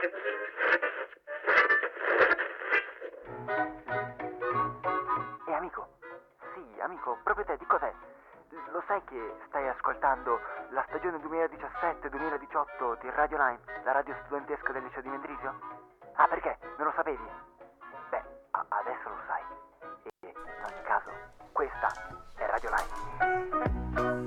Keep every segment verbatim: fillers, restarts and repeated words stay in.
E amico, sì, amico, proprio te, di cos'è? Lo sai che stai ascoltando la stagione duemiladiciassette duemiladiciotto di Radio Lime, la radio studentesca del liceo di Mendrisio? Ah, perché? Non lo sapevi? Beh, a- adesso lo sai. E in ogni caso, questa è Radio Lime.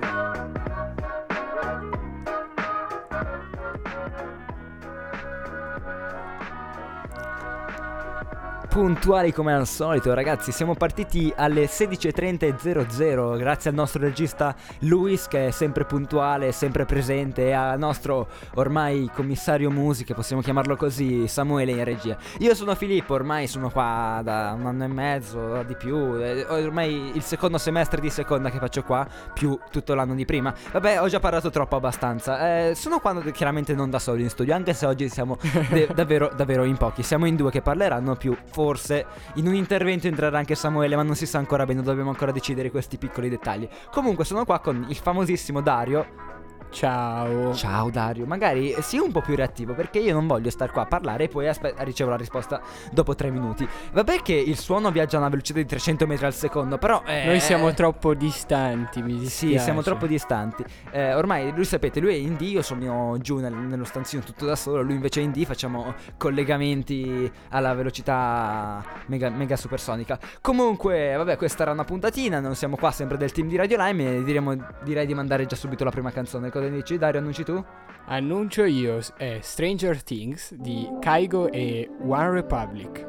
Puntuali come al solito, ragazzi, siamo partiti alle sedici e trenta grazie al nostro regista Luis, che è sempre puntuale, sempre presente, e al nostro ormai commissario musiche, possiamo chiamarlo così, Samuele in regia. Io sono Filippo, ormai sono qua da un anno e mezzo, di più, ormai il secondo semestre di seconda che faccio qua, più tutto l'anno di prima. Vabbè, ho già parlato troppo abbastanza. Eh, sono qua chiaramente non da solo in studio, anche se oggi siamo de- davvero, davvero in pochi. Siamo in due che parleranno più. Forse in un intervento entrerà anche Samuele, ma non si sa ancora bene, dobbiamo ancora decidere questi piccoli dettagli. Comunque sono qua con il famosissimo Dario. Ciao. Ciao Dario, magari sii un po' più reattivo, perché io non voglio star qua a parlare e poi aspe- ricevo la risposta dopo tre minuti. Vabbè che il suono viaggia a una velocità di trecento metri al secondo, però eh... noi siamo troppo distanti, mi dispiace. Sì, siamo troppo distanti. eh, Ormai lui sapete, lui è in D, io sono giù nel- nello stanzino tutto da solo. Lui invece è in D, facciamo collegamenti alla velocità mega, mega supersonica. Comunque, vabbè, questa era una puntatina. Non siamo qua sempre del team di Radio Lime, e diremo, direi di mandare già subito la prima canzone. Cosa dici, Dario? Annunci tu? Annuncio io, è Stranger Things di Kygo e One Republic.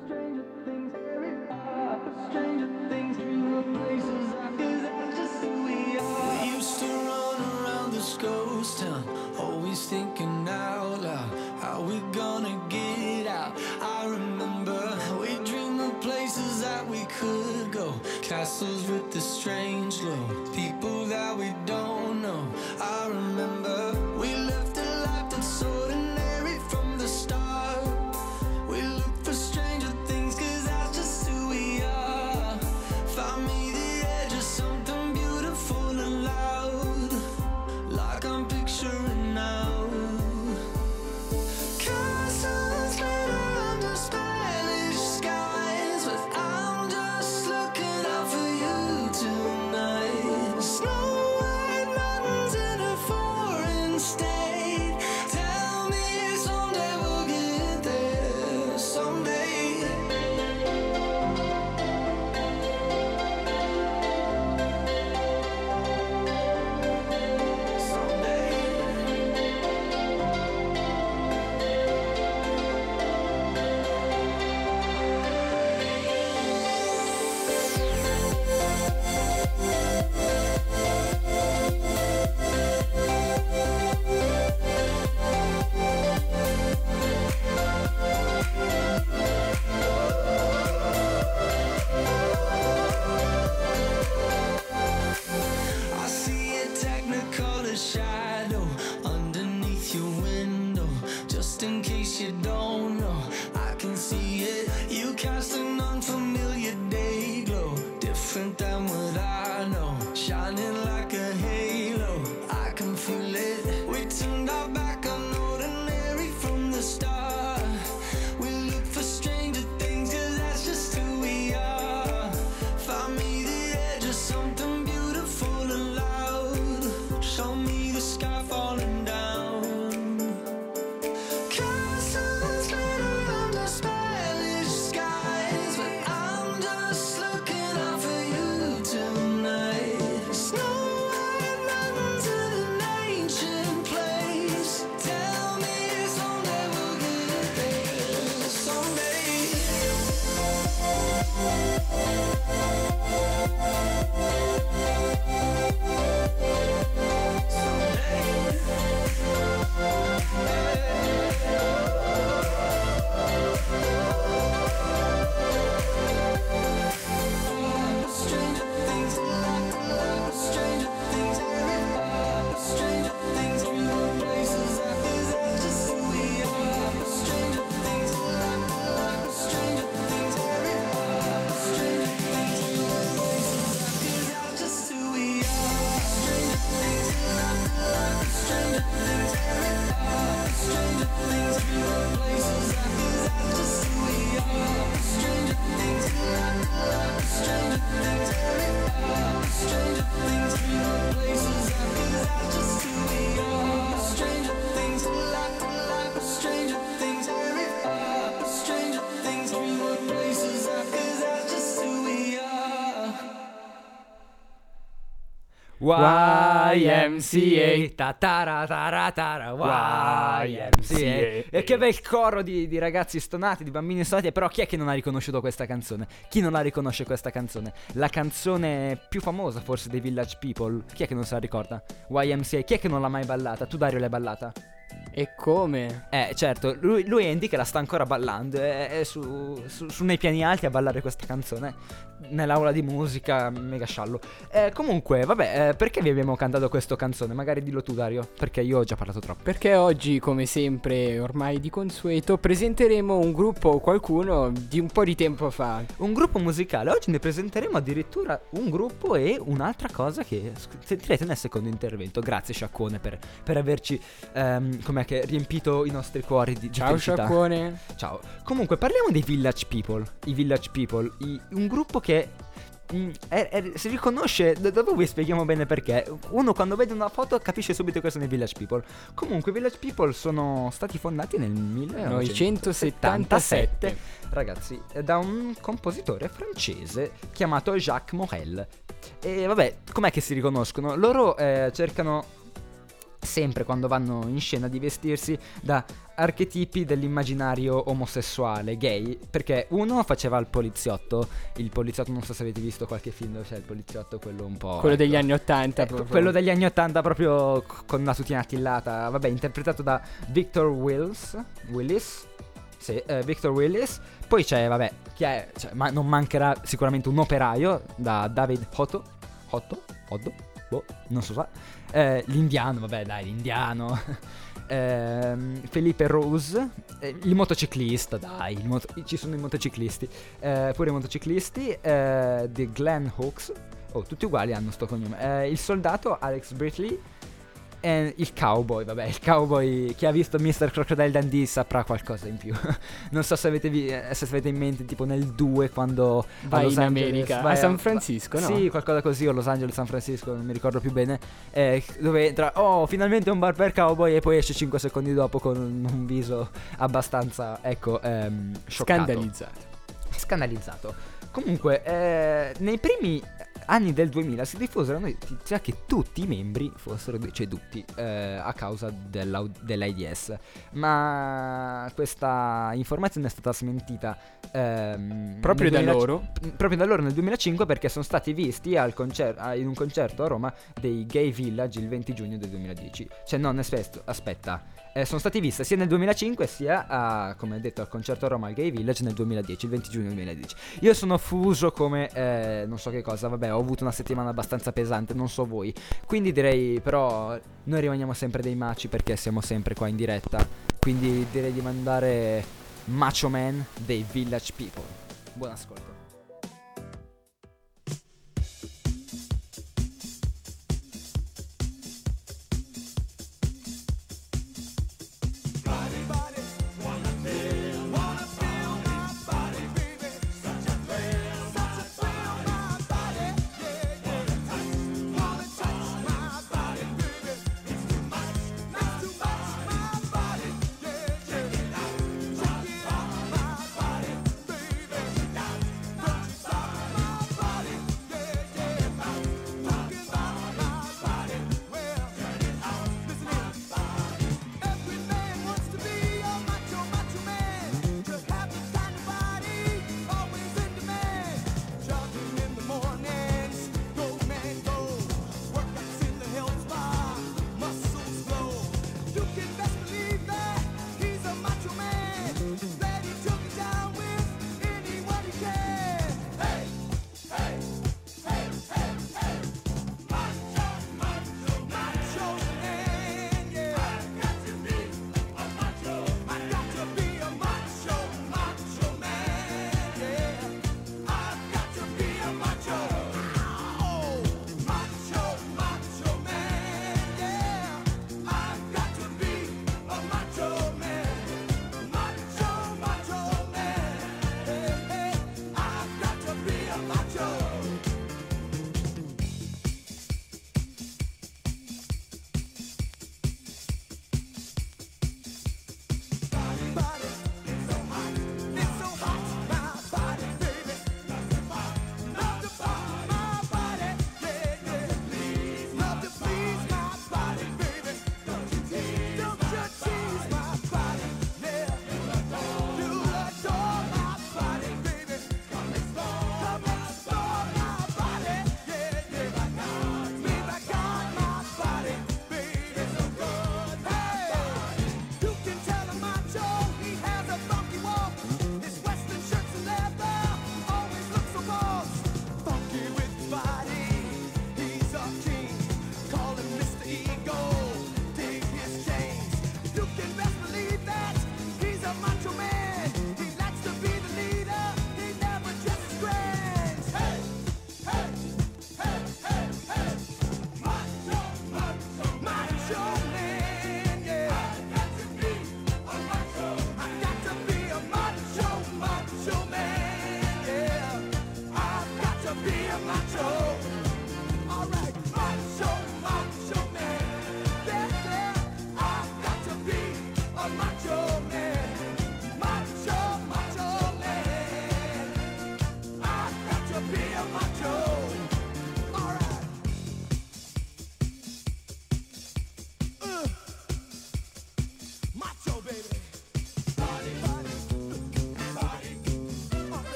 Thinking out loud, how we gonna get out? I remember we dreamed of places that we could go, castles with the strange glow, people that we don't know. I remember we lived a life that's ordinary from the start. We look for stranger things, cause that's just who we are. Find me the edge of something beautiful and loud, like I'm picturing now. Castles glitter under stylish skies. Y M C A, ta tara tara tara, Y M C A. E che bel coro di, di ragazzi stonati, di bambini stonati. Però chi è che non ha riconosciuto questa canzone? Chi non la riconosce questa canzone? La canzone più famosa forse dei Village People. Chi è che non se la ricorda? Y M C A. Chi è che non l'ha mai ballata? Tu Dario l'hai ballata? E come? Eh certo, lui, lui è Andy che la sta ancora ballando. È, è su, su, su nei piani alti a ballare questa canzone nell'aula di musica, mega sciallo. eh, Comunque vabbè, eh, perché vi abbiamo cantato questa canzone? Magari dillo tu Dario, perché io ho già parlato troppo. Perché oggi, come sempre, ormai di consueto, presenteremo un gruppo o qualcuno di un po' di tempo fa. Un gruppo musicale. Oggi ne presenteremo addirittura un gruppo e un'altra cosa che sentirete nel secondo intervento. Grazie Sciaccone per, per averci ehm, com'è che riempito i nostri cuori di, di Ciao felicità. Sciaccone. Ciao. Comunque parliamo dei Village People. I Village People, i, un gruppo che mm, è, è, si riconosce. d- Dopo vi spieghiamo bene perché. Uno quando vede una foto capisce subito che sono i Village People. Comunque i Village People sono stati fondati nel millenovecentosettantasette, ragazzi, da un compositore francese chiamato Jacques Morel. E vabbè, com'è che si riconoscono? Loro eh, cercano sempre, quando vanno in scena, di vestirsi da archetipi dell'immaginario omosessuale, gay. Perché uno faceva il poliziotto. Il poliziotto, non so se avete visto qualche film dove c'è il poliziotto, quello un po', Quello ecco, degli anni ottanta, eh, proprio. quello degli anni ottanta, proprio c- con una tutina attillata. Vabbè, interpretato da Victor Wills Willis. Sì, eh, Victor Willis. Poi c'è, vabbè, chi è? Cioè, ma non mancherà sicuramente un operaio, da David Hotto. Hotto? Hotto? Boh, non so sa. Eh, l'indiano, vabbè dai, l'indiano. Ehm, Felipe Rose. eh, Il motociclista, dai, il moto- ci sono i motociclisti. eh, Pure i motociclisti eh, di Glenn Hawkes. Oh, tutti uguali hanno sto cognome. eh, Il soldato Alex Britley. E il cowboy, vabbè, il cowboy. Chi ha visto mister Crocodile Dundee saprà qualcosa in più. Non so se avete, vi- eh, se avete in mente, tipo nel due, quando Vai a Los in Angeles, America, vai a San Francisco, no? Sì, qualcosa così, o Los Angeles, San Francisco, non mi ricordo più bene. eh, Dove entra, oh, finalmente un bar per cowboy, e poi esce cinque secondi dopo con un, un viso abbastanza, ecco, ehm, scioccato. Scandalizzato. Scandalizzato. Comunque, eh, nei primi anni del duemila si diffuse la notizia che tutti i membri fossero deceduti eh, a causa dell'au- dell'AIDS. Ma questa informazione è stata smentita ehm, Proprio nel da duemila loro? Proprio da loro nel duemilacinque, perché sono stati visti al concer- a- in un concerto a Roma dei Gay Village il venti giugno del duemiladieci. Cioè non, aspetta, aspetta. Eh, sono stati visti sia nel duemilacinque sia a, come detto, al concerto a Roma al Gay Village nel duemiladieci, il venti giugno duemiladieci. Io sono fuso come eh, non so che cosa, vabbè, ho avuto una settimana abbastanza pesante, non so voi. Quindi direi, però, noi rimaniamo sempre dei maci perché siamo sempre qua in diretta. Quindi direi di mandare Macho Man dei Village People. Buon ascolto.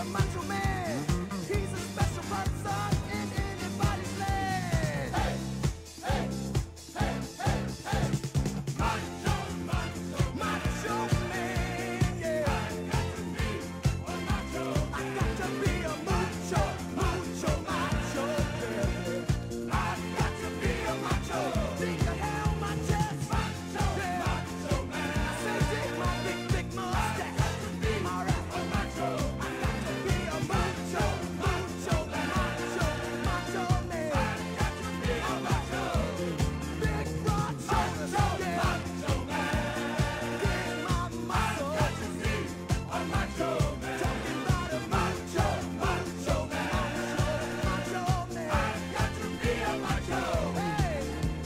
a macho man. He's a special person in anybody's land. Hey, hey, hey, hey, hey. Macho, macho, macho man, yeah. I got to be a macho, macho, macho, yeah. I got to be a macho. Dig the hell my chest, macho, yeah. Macho man. I say dig my big, big mustache. All right. A macho. I got to be a macho, macho, macho, macho man. I got to be a macho. Big broad shoulders, yeah. Macho man. Get my muscle. I got to be a macho man. Talking about a macho, macho man, macho man. I got to be a macho. Hey.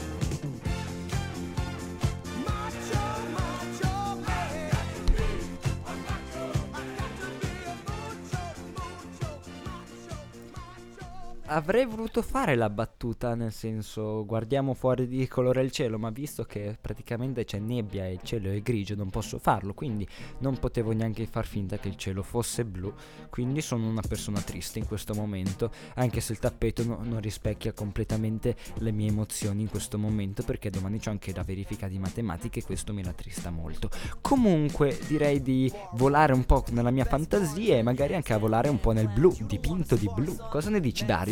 Macho, macho man. I got to be a macho. I got to be a macho, macho, macho, macho man. Avrei voluto fare la battuta, nel senso, guardiamo fuori di colore il cielo, ma visto che praticamente c'è nebbia e il cielo è grigio non posso farlo, quindi non potevo neanche far finta che il cielo fosse blu, quindi sono una persona triste in questo momento, anche se il tappeto no- non rispecchia completamente le mie emozioni in questo momento, perché domani c'ho anche la verifica di matematica e questo mi rattrista molto. Comunque direi di volare un po' nella mia fantasia e magari anche a volare un po' nel blu, dipinto di blu. Cosa ne dici, Dario?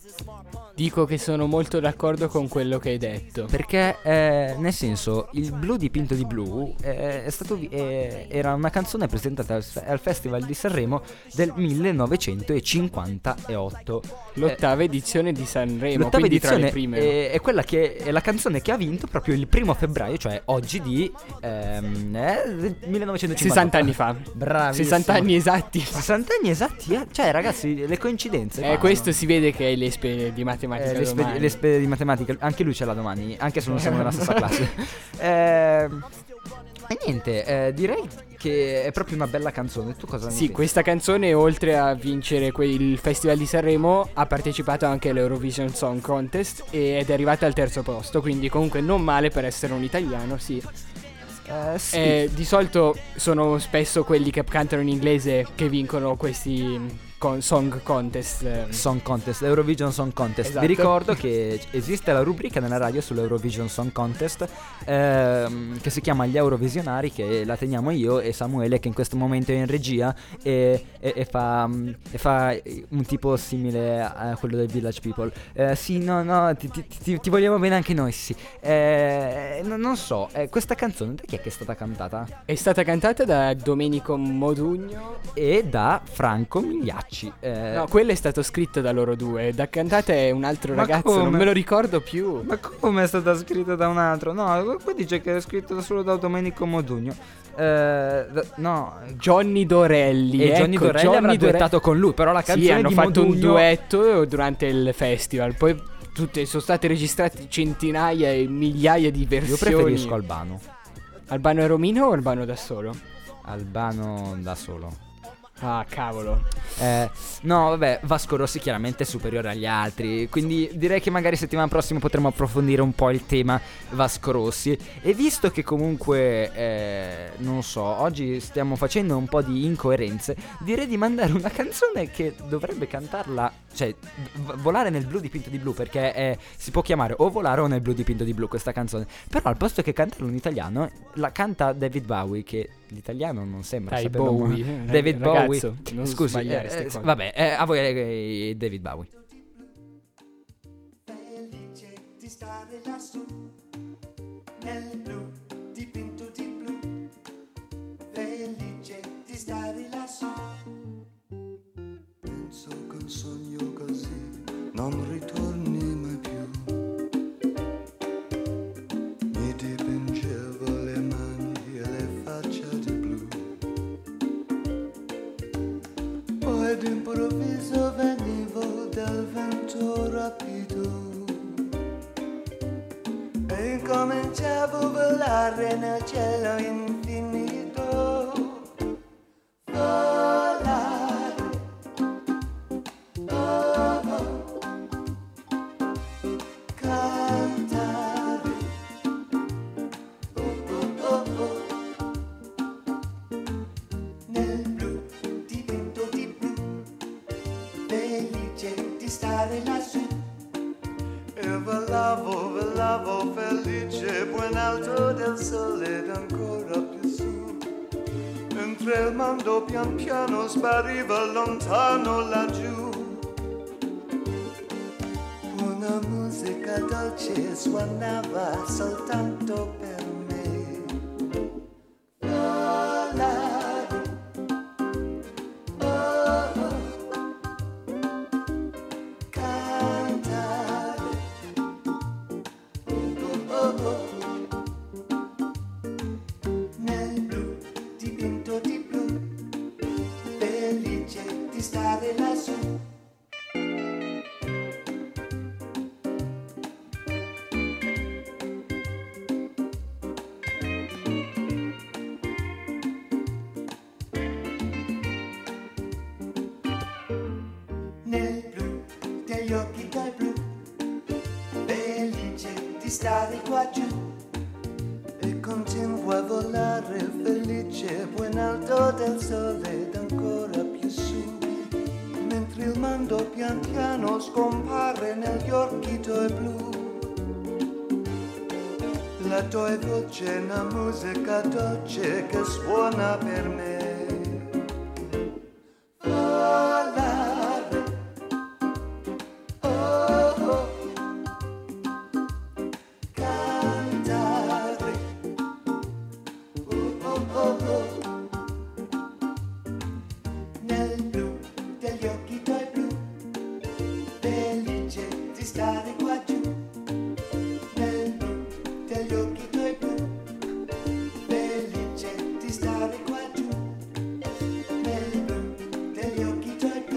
Dico che sono molto d'accordo con quello che hai detto. Perché eh, nel senso il blu dipinto di blu eh, è stato vi- eh, era una canzone presentata al, al Festival di Sanremo del millenovecentocinquantaotto. L'ottava edizione di Sanremo, L'ottava quindi tra edizione le prime. è, è quella che è la canzone che ha vinto proprio il primo febbraio, cioè oggi di ehm, eh, del millenovecentocinquanta. sessanta anni fa. Bravissimo. sessanta anni esatti. sessanta anni esatti, eh? Cioè ragazzi, le coincidenze Eh, qua, questo no? si vede che hai l'espe di matematica Eh, le, spe- domani. le spe- di matematica, anche lui ce l'ha domani, anche se non siamo nella stessa classe. Eh, e niente, eh, direi che è proprio una bella canzone. Tu cosa ne Sì, pensi? questa canzone, oltre a vincere que- il Festival di Sanremo, ha partecipato anche all'Eurovision Song Contest ed è arrivata al terzo posto, quindi comunque non male per essere un italiano, sì. Eh, sì. Eh, di solito sono spesso quelli che cantano in inglese che vincono questi con- song contest. eh. Song Contest, l'Eurovision Song Contest. Esatto. Vi ricordo che esiste la rubrica nella radio sull'Eurovision Song Contest ehm, che si chiama Gli Eurovisionari, che la teniamo io e Samuele, che in questo momento è in regia e, e- e fa, mm, e fa un tipo simile a quello del Village People. Eh, sì, no, no, ti, ti- ti- ti vogliamo bene anche noi, sì. Eh, no- non so, eh, questa canzone da chi è che è stata cantata? È stata cantata da Domenico Modugno. E da Franco Migliacci. Eh, No, quello è stato scritto da loro due. Da cantata è un altro Ma ragazzo, non come? me lo ricordo più. Ma come è stata scritta da un altro? No, qua dice che è scritto solo da Domenico Modugno. Eh, d- no, Johnny Dorelli. e Johnny ecco, Dorelli Johnny avrà Dore- duettato con lui, però la canzone Sì, hanno di fatto un Modugno... duetto durante il festival. Poi tutte sono state registrate centinaia e migliaia di Io versioni. preferisco Albano. Albano e Romino o Albano da solo? Albano da solo. Ah, cavolo. Eh, no, vabbè, Vasco Rossi chiaramente è superiore agli altri, quindi direi che magari settimana prossima potremo approfondire un po' il tema Vasco Rossi. E visto che comunque, eh, non so, oggi stiamo facendo un po' di incoerenze, direi di mandare una canzone che dovrebbe cantarla, cioè v- volare nel blu dipinto di blu, perché è- si può chiamare o volare o nel blu dipinto di blu questa canzone. Però al posto che cantarla in italiano, la canta David Bowie, che l'italiano non sembra Dai, saperlo mo- Bowie. David Ragazzo, Bowie. non Scusi, sbagliare eh, ste eh, cose. vabbè, eh, a voi eh, David Bowie. Felice di stare lassù, nel blu, dipinto di blu. Felice di stare lassù. Penso che un sogno così non ritorni mai più. Mi dipingevo le mani e le facce di blu. Poi d'improvviso venivo dal vento rapido e incominciavo a volare nel cielo infinito. Volare, oh, oh. Cantare, oh, oh, oh, oh. Nel blu, dipinto di blu. di stare lassù. E volavo, volavo felice, buon alto del sole ed ancora più su. Mentre il mondo pian piano spariva lontano laggiù. Una musica dolce suonava soltanto per me. Volare, oh, oh, cantare, oh, oh, oh, nel blu dipinto di blu, felice di stare lassù. Nel blu degli occhi tuoi blu, felice di stare qua giù. E continuo a volare felice, buon alto del sole ed ancora più su. Mentre il mondo pian piano scompare negli occhi tuoi blu. La tua voce è una musica dolce che suona per me. Volare, oh, oh, cantare, oh, oh, oh, oh, nel blu degli occhi tuoi blu, felice di stare qua giù. Nel blu degli occhi tuoi blu, felice di stare qua giù. Nel blu degli occhi tuoi blu,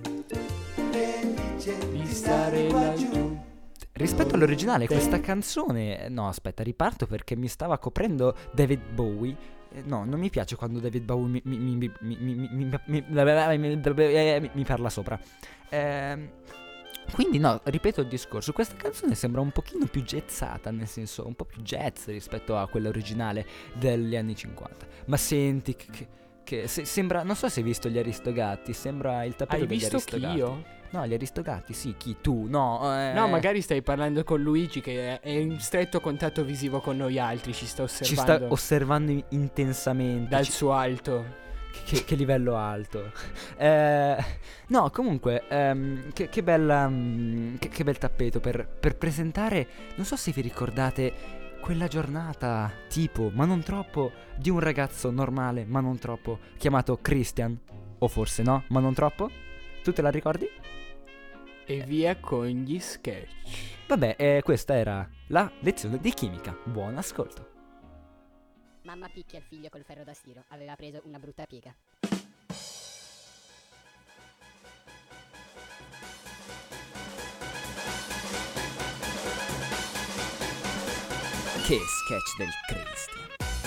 felice di stare qua giù. Rispetto all'originale, questa canzone. No, aspetta, riparto perché mi stava coprendo David Bowie. Eh, No, non mi piace quando David Bowie mi, mi, mi, mi, mi, mi, mi, mi, mi- mi parla sopra. Ehm, Quindi no, ripeto il discorso. Questa canzone sembra un pochino più jazzata, nel senso un po' più jazz rispetto a quella originale degli anni cinquanta. Ma senti che, che- che se- sembra, non so se hai visto gli Aristogatti, sembra il tappeto Hai degli visto chi Aristogatti. io? No, gli Aristogatti, sì, chi? Tu? No, eh, No, magari stai parlando con Luigi che è- è in stretto contatto visivo con noi altri, ci sta ci osservando sta osservando in- intensamente. dal Ci- suo alto. Che, che livello alto. Eh, no, comunque, ehm, che, che bella, mm, che, che bel tappeto per, per presentare. Non so se vi ricordate quella giornata, tipo, ma non troppo, di un ragazzo normale, ma non troppo, chiamato Christian. O forse no, ma non troppo? Tu te la ricordi? E via con gli sketch. Vabbè, eh, questa era la lezione di chimica. Buon ascolto. Mamma picchia il figlio col ferro da stiro, aveva preso una brutta piega. Che sketch del Christian.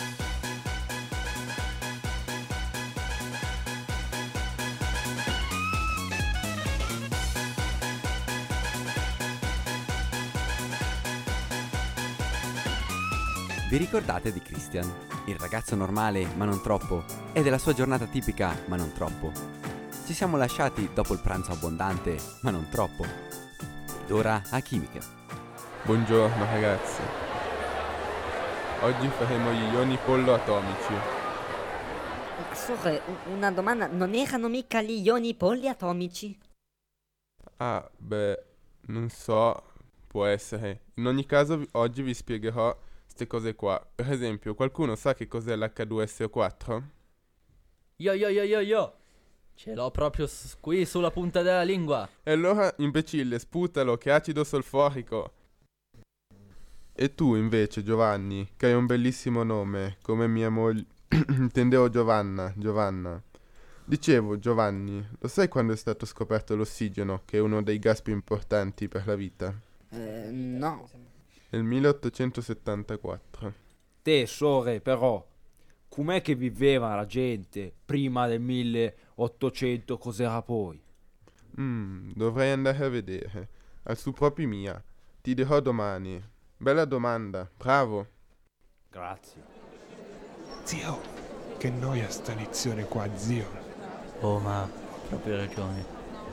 Vi ricordate di Christian, il ragazzo normale ma non troppo, e della sua giornata tipica ma non troppo? Ci siamo lasciati dopo il pranzo abbondante ma non troppo. Ed ora a chimica. Buongiorno ragazzi. Oggi faremo gli ioni pollo atomici. Sorre, una domanda, non erano mica gli ioni poliatomici? Ah, beh, non so, può essere. In ogni caso vi- oggi vi spiegherò queste cose qua. Per esempio, qualcuno sa che cos'è l'H due S O quattro? Yo yo yo yo yo. Ce l'ho proprio s- qui sulla punta della lingua. E allora, imbecille, sputalo, che acido solforico. E tu invece, Giovanni, che hai un bellissimo nome, come mia moglie... Intendevo Giovanna, Giovanna. Dicevo, Giovanni, lo sai quando è stato scoperto l'ossigeno, che è uno dei gas più importanti per la vita? Eh, no. Nel milleottocentosettantaquattro. Tesore, però, com'è che viveva la gente prima del milleottocento, cos'era poi? Mm, dovrei andare a vedere. Al su proprio mia. Ti dirò domani. Bella domanda, bravo. Grazie. Zio, che noia sta lezione qua, zio. Oh, ma proprio ragione.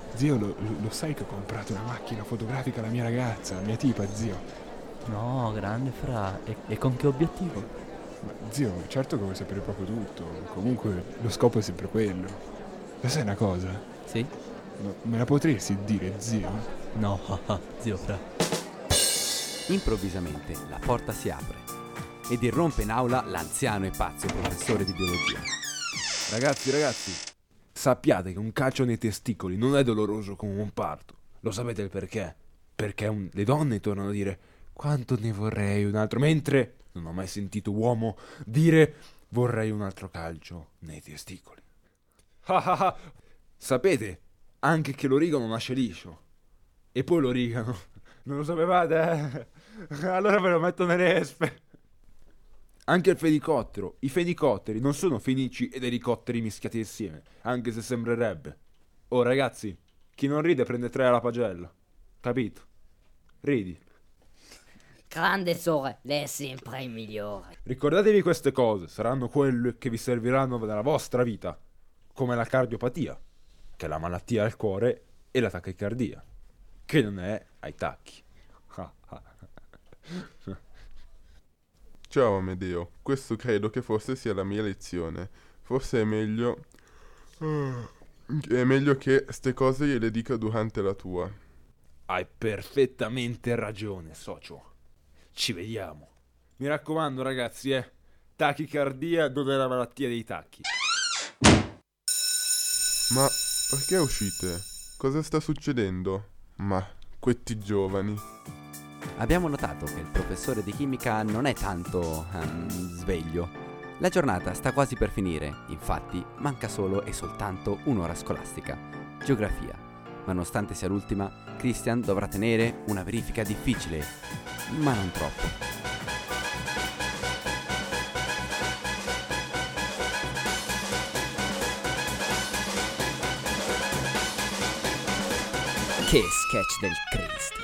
Zio, lo, lo sai che ho comprato una macchina fotografica alla mia ragazza, la mia tipa, zio? No, grande fra. E, e con che obiettivo? Ma, zio, certo che vuoi sapere proprio tutto. Comunque lo scopo è sempre quello. Lo sai una cosa? Sì? No, me la potresti dire, zio? No, zio fra. Improvvisamente la porta si apre ed irrompe in aula l'anziano e pazzo professore di biologia. Ragazzi, ragazzi, sappiate che un calcio nei testicoli non è doloroso come un parto. Lo sapete il perché? Perché un- le donne tornano a dire quanto ne vorrei un altro, mentre non ho mai sentito uomo dire vorrei un altro calcio nei testicoli. Ah ah ah. Sapete anche che l'origano nasce liscio. E poi l'origano. Non lo sapevate? Eh? Allora ve lo metto nelle espe. Anche il fenicottero. I fenicotteri non sono fenici ed elicotteri mischiati insieme, anche se sembrerebbe. Oh ragazzi, chi non ride prende tre alla pagella. Capito? Ridi. Grande Sore, lei è sempre il migliore. Ricordatevi queste cose, saranno quelle che vi serviranno nella vostra vita, come la cardiopatia, che è la malattia al cuore, e la tachicardia, che non è ai tacchi. Ciao Amedeo, questo credo che forse sia la mia lezione. Forse è meglio... È meglio che ste cose gliele dica durante la tua. Hai perfettamente ragione, socio. Ci vediamo. Mi raccomando ragazzi, eh. Tachicardia non è la malattia dei tacchi. Ma perché uscite? Cosa sta succedendo? Ma, questi giovani... Abbiamo notato che il professore di chimica non è tanto ehm, sveglio. La giornata sta quasi per finire, infatti manca solo e soltanto un'ora scolastica, geografia. Ma nonostante sia l'ultima, Christian dovrà tenere una verifica difficile, ma non troppo. Che sketch del Cristo.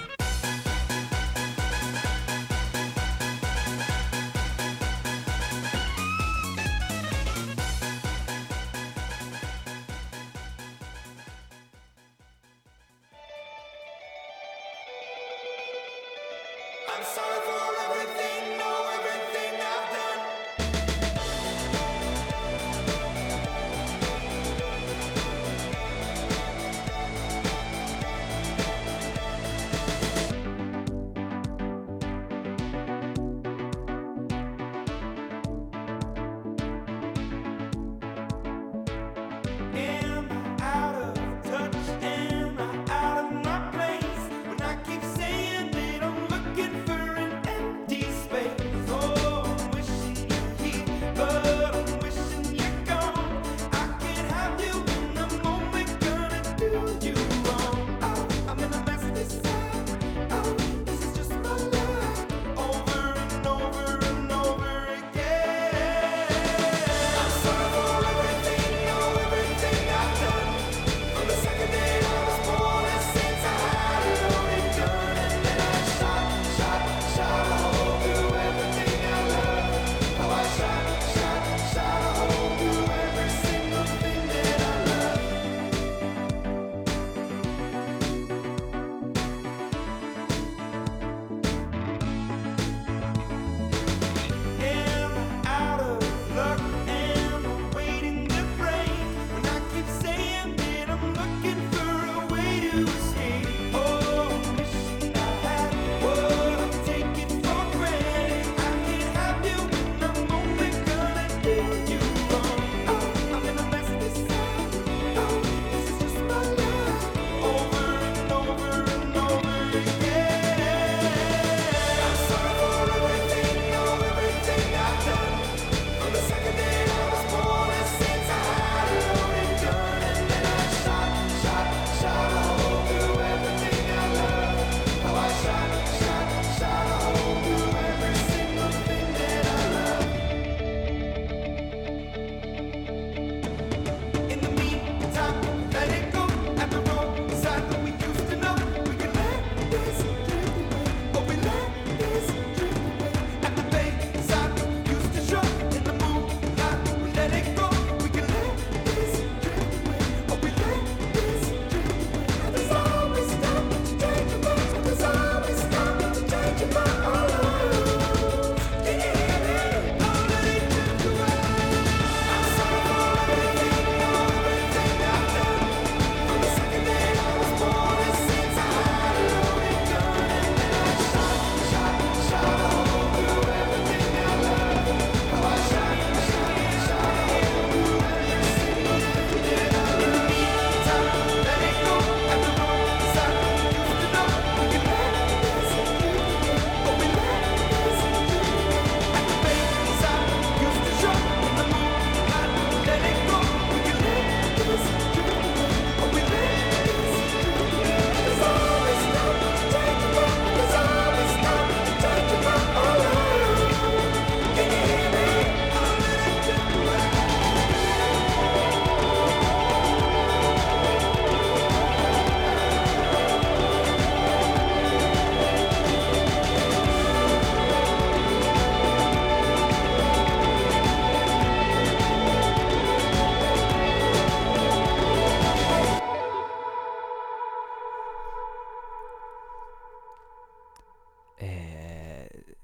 Am I out of my place when I keep saying that I'm looking for an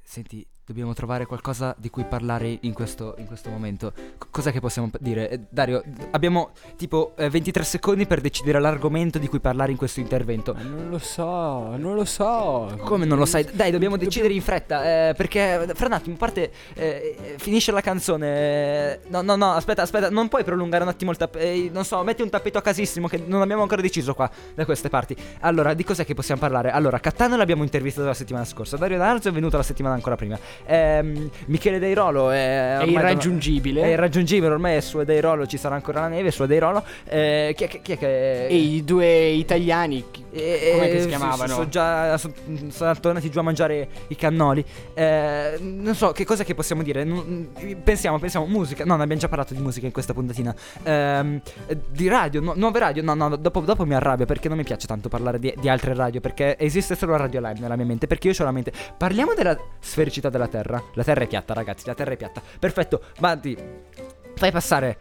Senti, dobbiamo trovare qualcosa di cui parlare in questo, in questo momento. C- cos'è che possiamo p- dire? Eh, Dario, abbiamo tipo eh, ventitré secondi per decidere l'argomento di cui parlare in questo intervento. Ma non lo so, non lo so. Come non lo sai? Dai, dobbiamo decidere in fretta, eh, perché fra un attimo, a parte eh, finisce la canzone. eh, No, no, no, aspetta, aspetta, non puoi prolungare un attimo il tappeto. Non so, metti un tappeto a casissimo che non abbiamo ancora deciso qua, da queste parti. Allora, di cos'è che possiamo parlare? Allora, Cattaneo l'abbiamo intervistato la settimana scorsa. Dario D'Arzo è venuto la settimana ancora prima. Ehm, Michele Deirolo è, È irraggiungibile. È irraggiungibile, ormai è su Deirolo, ci sarà ancora la neve, su Deirolo. Eh, chi, è che- chi è che... E i due italiani, chi- Eh, come che eh, si chiamavano? Sono già so- sono tornati giù a mangiare i cannoli. Eh, non so che cosa che possiamo dire. Non- pensiamo, pensiamo musica. No, ne abbiamo già parlato di musica in questa puntatina. Ehm, eh, di radio, nu- nuove radio. No, no, dopo, dopo mi arrabbio perché non mi piace tanto parlare di, di altre radio. Perché esiste solo Radio Live nella mia mente. Perché io ho la mente. Parliamo della sfericità della Terra. La Terra è piatta, ragazzi. La Terra è piatta. Perfetto. Banti, fai passare.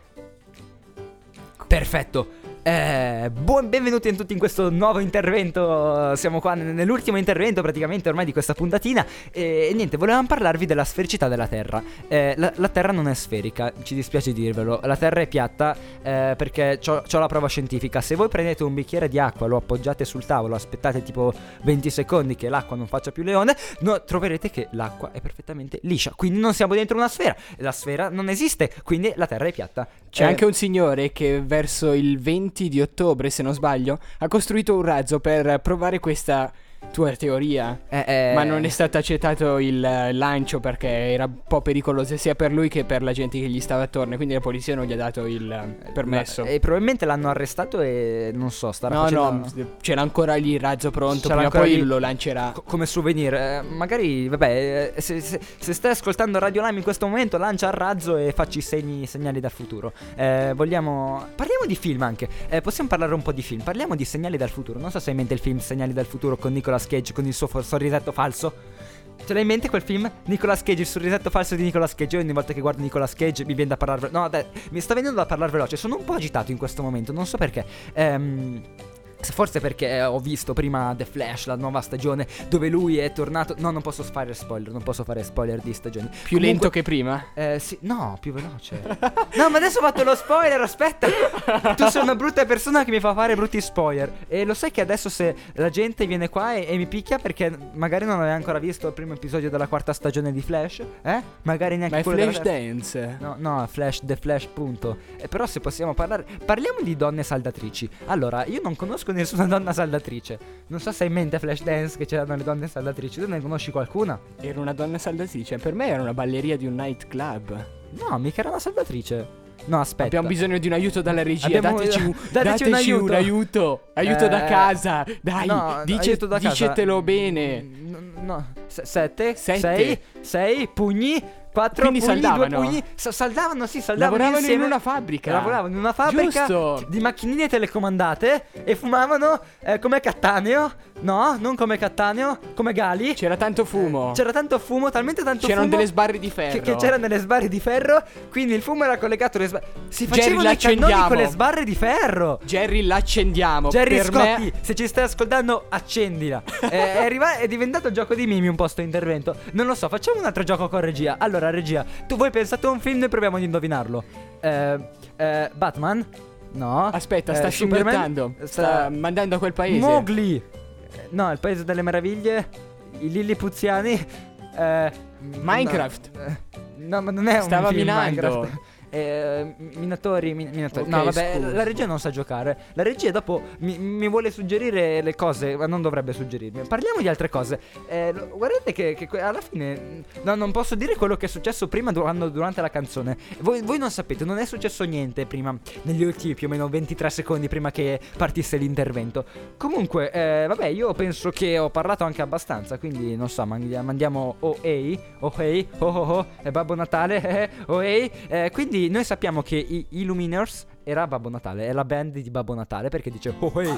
Perfetto. Eh, buon benvenuti a tutti in questo nuovo intervento. Siamo qua n- nell'ultimo intervento praticamente ormai di questa puntatina. E, e niente, volevamo parlarvi della sfericità della Terra. Eh, la, la Terra non è sferica, ci dispiace dirvelo. La Terra è piatta eh, perché c'ho, c'ho la prova scientifica. Se voi prendete un bicchiere di acqua, lo appoggiate sul tavolo, aspettate tipo venti secondi che l'acqua non faccia più le onde, no, troverete che l'acqua è perfettamente liscia. Quindi non siamo dentro una sfera. La sfera non esiste, quindi la Terra è piatta. C'è Eh, anche un signore che verso il venti di ottobre, se non sbaglio, ha costruito un razzo per provare questa tua teoria. eh, eh, Ma non è stato accettato il eh, lancio perché era un po' pericoloso sia per lui che per la gente che gli stava attorno. Quindi la polizia non gli ha dato il eh, permesso. E probabilmente l'hanno arrestato e non so, starà No, facendo... no, c'era ancora lì il razzo pronto. C'era Prima o ancora poi lì- lo lancerà. Co- come souvenir. Eh, magari, vabbè, eh, se, se- se stai ascoltando Radio Lime in questo momento, lancia il razzo e facci segni, segnali dal futuro. Eh, vogliamo... Parliamo di film anche. Eh, possiamo parlare un po' di film. Parliamo di Segnali dal futuro. Non so se hai in mente il film Segnali dal futuro con Nicolas Cage, con il suo fo- sorrisetto falso. Ce l'hai in mente quel film? Nicolas Cage, il sorrisetto falso di Nicolas Cage. Io ogni volta che guardo Nicolas Cage mi viene da parlare ve- No, dai, mi sta venendo da parlare veloce. Sono un po' agitato in questo momento, non so perché. Ehm... Forse perché ho visto prima The Flash, la nuova stagione, dove lui è tornato. No, non posso fare spoiler, non posso fare spoiler di stagioni. Più Comunque- lento che prima? Eh, sì, no, più veloce. No, ma adesso ho fatto lo spoiler, aspetta. Tu sei una brutta persona che mi fa fare brutti spoiler. E lo sai che adesso se la gente viene qua e, e mi picchia perché magari non aveva ancora visto il primo episodio della quarta stagione di Flash? Eh? Magari neanche Ma è quello della Flash terza. Dance. No, no, Flash, The Flash, punto. Eh, però se possiamo parlare... Parliamo di donne saldatrici. Allora, io non conosco nessuna donna saldatrice. Non so se hai in mente Flash Dance che c'erano le donne saldatrici. Tu ne conosci qualcuna? Era una donna saldatrice. Per me era una balleria di un nightclub. No, mica era una saldatrice. No, aspetta. Abbiamo bisogno di un aiuto dalla regia. Abbiamo- Dateci, un, dateci un aiuto. un aiuto. Aiuto da Eh, casa. Dai, no, dice- aiuto da casa. dicetelo bene. No, no. Se- sette, Sette. sei, sei pugni. Quattro Quindi pugni, saldavano? due pugni. Sa- saldavano, sì, saldavano Lavoravano insieme. in una fabbrica. Lavoravano in una fabbrica Giusto. di macchinine telecomandate e fumavano eh, come Cattaneo. No, non come Cattaneo, come Gali. C'era tanto fumo. C'era tanto fumo, talmente tanto C'erano fumo delle sbarre di ferro. che, che c'erano delle sbarre di ferro. Quindi il fumo era collegato alle sbarre. Si Jerry, facevano i l'accendiamo. cannoni con le sbarre di ferro. Jerry, l'accendiamo. Jerry per Scotti, me se ci stai ascoltando, accendila. è, è, arriva- è diventato un gioco di mimi un po' sto intervento. Non lo so, facciamo un altro gioco con regia. Allora, regia, tu voi pensate a un film e proviamo ad indovinarlo. Eh, eh, Batman? No. Aspetta, sta Eh, Superman? scimmiottando. Sta mandando a quel paese. Mowgli. Eh, No, il paese delle meraviglie. I Lillipuziani. Eh, Minecraft. No, eh, no, ma non è un Stava film minando. Minecraft. Eh, minatori, min- minatori. Ok, No, vabbè, scusa. la regia non sa giocare. La regia dopo mi, mi vuole suggerire le cose, ma non dovrebbe suggerirmi. Parliamo di altre cose. Eh, lo- guardate che, che que- alla fine. No, non posso dire quello che è successo prima durante, durante la canzone. Voi, voi non sapete, non è successo niente prima, negli ultimi più o meno ventitré secondi prima che partisse l'intervento. Comunque, eh, vabbè, io penso che ho parlato anche abbastanza. Quindi, non so, mandia- mandiamo oh ehi, oh ehi, oh oh oh, è Babbo Natale, eh, oh ehi. Eh, quindi noi sappiamo che i Illuminers era Babbo Natale, è la band di Babbo Natale perché dice oh ehi.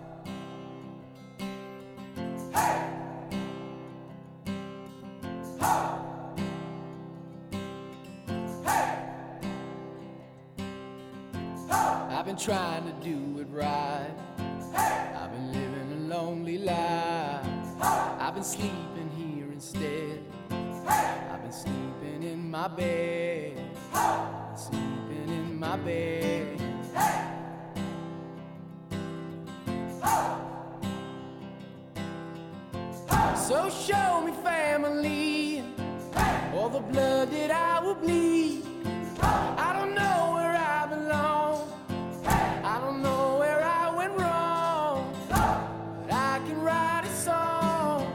I've been trying to do it right. I've been living a lonely life. I've been sleeping here instead. my bed, sleeping in my bed. So show me family, all the blood that I will bleed. I don't know where I belong, I don't know where I went wrong, but I can write a song.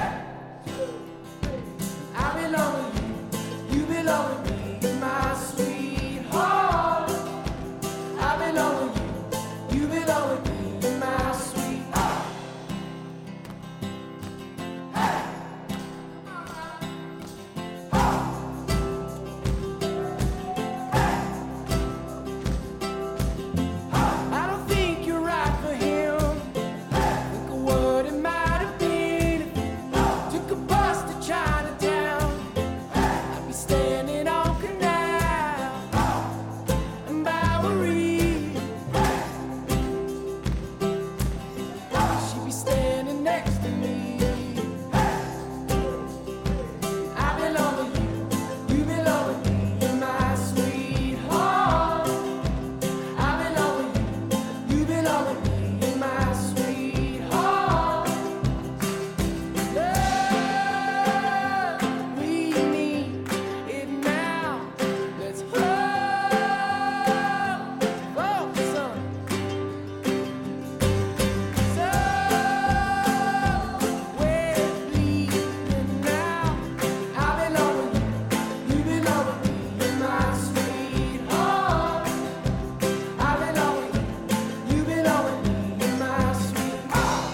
I belong with you, you belong with me, my sweetheart. I belong with you, you belong with me, my sweetheart. I don't think you're right for him. Think of what it might have been if you took a bus to Chinatown. I'd be standing on Canal and Bowery. She'd be standing next to me. I belong with you, you belong with me, you're my sweetheart. I belong with you, you belong with me, you're my sweetheart. Love, we need it now. Let's hold for some. So we're bleeding now. I belong with you, you belong with me, you're my sweetheart. I belong with you, you belong with me, you're my sweetheart.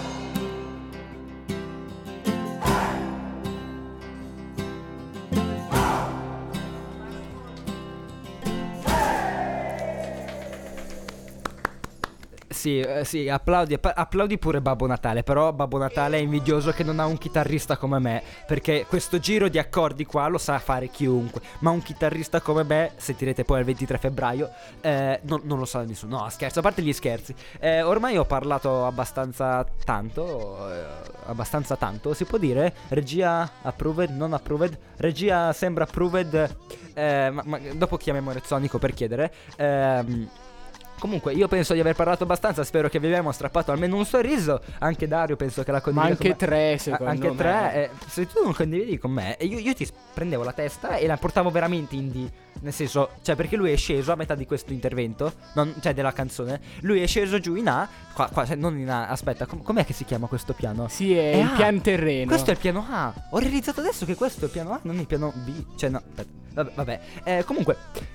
Sì, eh, sì, applaudi, appa- applaudi pure Babbo Natale. Però Babbo Natale è invidioso che non ha un chitarrista come me, perché questo giro di accordi qua lo sa fare chiunque. Ma un chitarrista come me, sentirete poi il ventitré febbraio, eh, non, non lo sa nessuno. No, scherzo, a parte gli scherzi. eh, Ormai ho parlato abbastanza tanto, eh, abbastanza tanto, si può dire. Regia approved, non approved. Regia sembra approved, eh, ma, ma dopo chiamiamo Rezzonico per chiedere. Ehm Comunque io penso di aver parlato abbastanza. Spero che vi abbiamo strappato almeno un sorriso. Anche Dario penso che la condivida Ma anche con me. tre, secondo A- anche me. tre eh, se tu non condividi con me, io, io ti prendevo la testa e la portavo veramente in D. Nel senso, cioè, perché lui è sceso a metà di questo intervento, non, cioè della canzone. Lui è sceso giù in A. Qua, qua cioè, non in A, aspetta, com- com'è che si chiama questo piano? Sì, è il A. pian terreno. Questo è il piano A. Ho realizzato adesso che questo è il piano A, non il piano B. Cioè no, aspetta. Vabbè, vabbè. Eh, comunque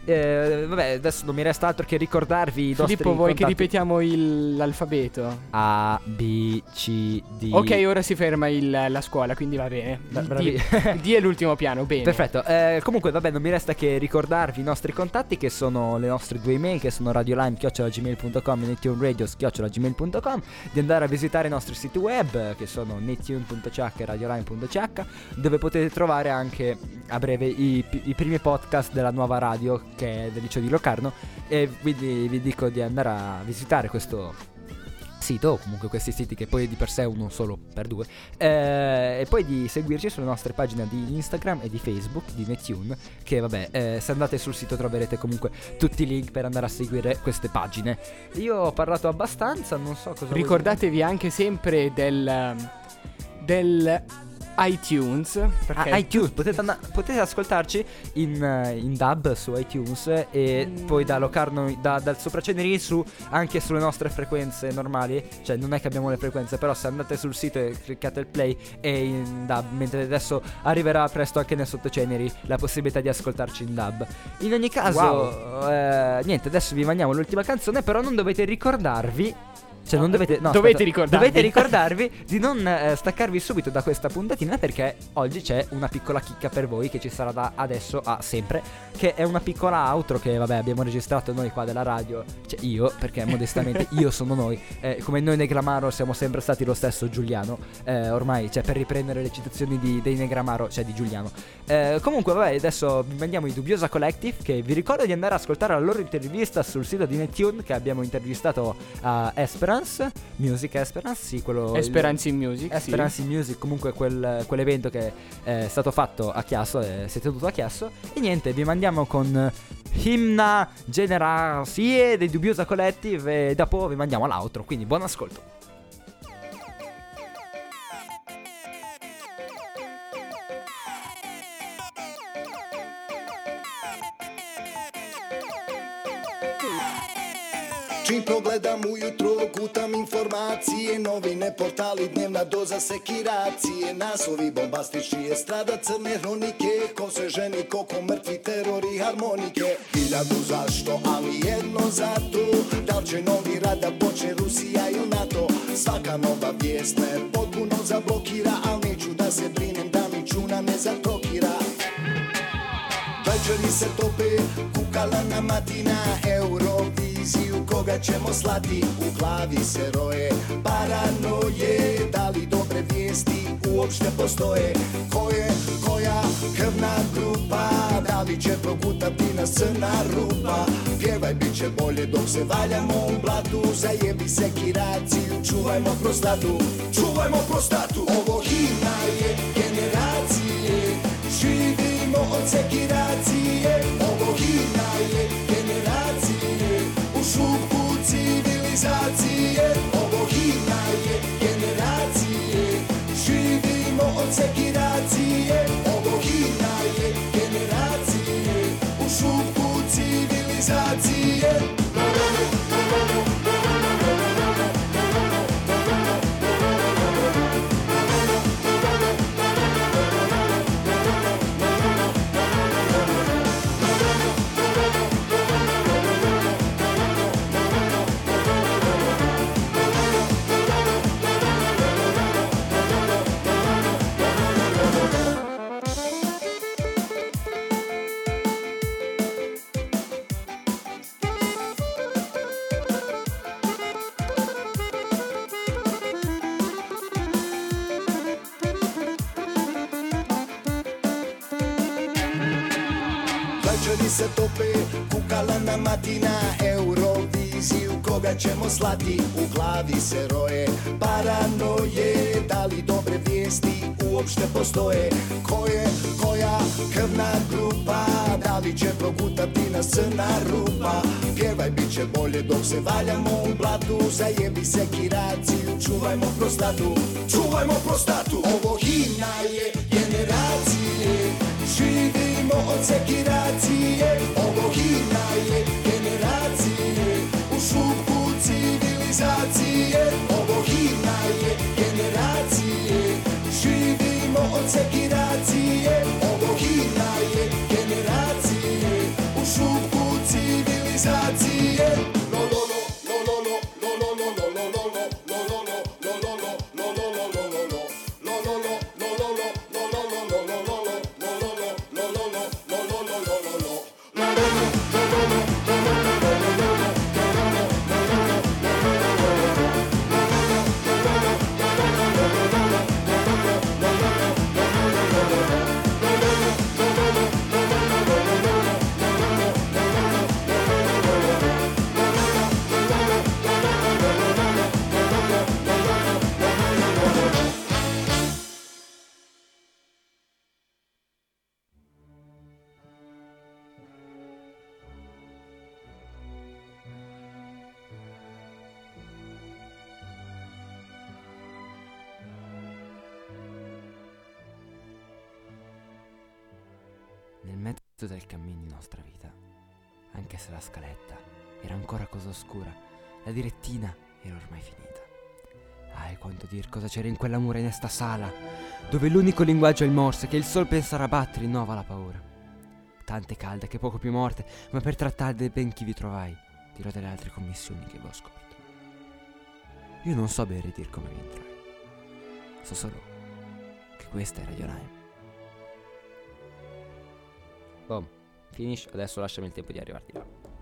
eh, vabbè, adesso non mi resta altro che ricordarvi i nostri Filippo, vuoi che contatti. ripetiamo il- l'alfabeto? A, B, C, D. Ok, ora si ferma il- la scuola, quindi va bene. Bra- D, bravi. D è l'ultimo piano, bene. Perfetto, eh, comunque vabbè, non mi resta che ricordarvi i nostri contatti, che sono le nostre due email, che sono radiolime chiocciola gmail punto com e netuneradio chiocciola gmail punto com, di andare a visitare i nostri siti web, che sono netune punto c h e radiolime punto c h, dove potete trovare anche a breve i, i primi podcast della nuova radio, che è del liceo di Locarno, e quindi vi dico di andare a visitare questo sito, o comunque questi siti, che poi di per sé uno solo per due, eh, e poi di seguirci sulle nostre pagine di Instagram e di Facebook di Netune, che vabbè, eh, se andate sul sito troverete comunque tutti i link per andare a seguire queste pagine. Io ho parlato abbastanza, non so cosa Ricordatevi anche sempre del del iTunes, perché Ah, iTunes, potete, and- potete ascoltarci in, eh, in dub su iTunes e poi da Locarno, da, dal Sopraceneri su anche sulle nostre frequenze normali. Cioè non è che abbiamo le frequenze, però se andate sul sito e cliccate il play è in dub, mentre adesso arriverà presto anche nel Sottoceneri la possibilità di ascoltarci in dub. In ogni caso, Wow. eh, niente, adesso vi mandiamo l'ultima canzone, però non dovete ricordarvi. Cioè non dovete no, Dovete aspetta, ricordarvi. Dovete ricordarvi di non eh, staccarvi subito da questa puntatina, perché oggi c'è una piccola chicca per voi che ci sarà da adesso a sempre, che è una piccola outro che vabbè abbiamo registrato noi qua della radio. Cioè io, perché modestamente io sono noi, eh, come noi Negramaro siamo sempre stati lo stesso Giuliano, eh, ormai, cioè per riprendere le citazioni di, dei Negramaro, cioè di Giuliano. eh, Comunque vabbè, adesso vi mandiamo i Dubbiosa Collective, che vi ricordo di andare ad ascoltare la loro intervista sul sito di Netune, che abbiamo intervistato a Esperance, Esperance Music Esperance, sì, quello Esperance in Music, sì. Esperance in Music, comunque quel, quell'evento che è stato fatto a Chiasso, eh, si è tenuto a Chiasso. E niente, vi mandiamo con Himna Generazie dei Dubiosa Collective e dopo vi mandiamo all'outro, quindi buon ascolto. Čim progledam ujutro, kutam informacije, novine, portali, dnevna doza sekiracije, naslovi bombastični, estrada, crne hronike, ko se ženi, koliko mrtvi, teror i harmonike. Hiljadu zašto, ali jedno zato, da li će novi rat da počne Rusija ili NATO. Svaka nova vijest me potpuno zablokira, ali neću da se brinem da mi čuna ne zatrokira. Večeri se tope, kukala na matina, Euroviziju koga ćemo slati, u glavi se roje paranoje, da li dobre vijesti uopšte postoje, ko je koja krvna grupa, da li će progutati nas crna rupa, pjevaj bit će bolje dok se valjamo u blatu, zajebi sekiraciju, čuvajmo prostatu, čuvajmo prostatu, ovo himna je generacije, živimo od sekiracije, ovo himna je generacije, u šupu civilizacije, ovo himna je generacije, živimo od sekiracije, ovo himna je generacije, u šupu civilizacije. Večeri se tope, kukala na matina, Euroviziju koga ćemo slati, u glavi se roje paranoje, da li dobre vijesti uopšte postoje, ko je koja krvna grupa, da li će progutati nas crna rupa, pjevaj bit će bolje dok se valjamo u blatu, zajebi sekiraciju, čuvajmo prostatu, čuvajmo prostatu, ovo himna je generacije, živimo od sekiracije, ovo himna je generacije, u šupu civilizacije, ovo himna je generacije, živimo od sekiracije, ovo himna je generacije, u šupu civilizacije. Lo lo lo lo lo lo lo lo lo lo lo lo lo lo Nel mezzo del cammino di nostra vita, anche se la scaletta era ancora cosa oscura, la direttina era ormai finita. Ah, e quanto dir cosa c'era in quella mura in esta sala, dove l'unico linguaggio è il morse, che il sol pensa a batter rinnova la paura. Tante calde che poco più morte, ma per trattare dei ben chi vi trovai, dirò delle altre commissioni che vi ho scorto. Io non so bene dir come vi entrai, so solo che questa è Radio Lime. Boom, finish, adesso lasciami il tempo di arrivarti là.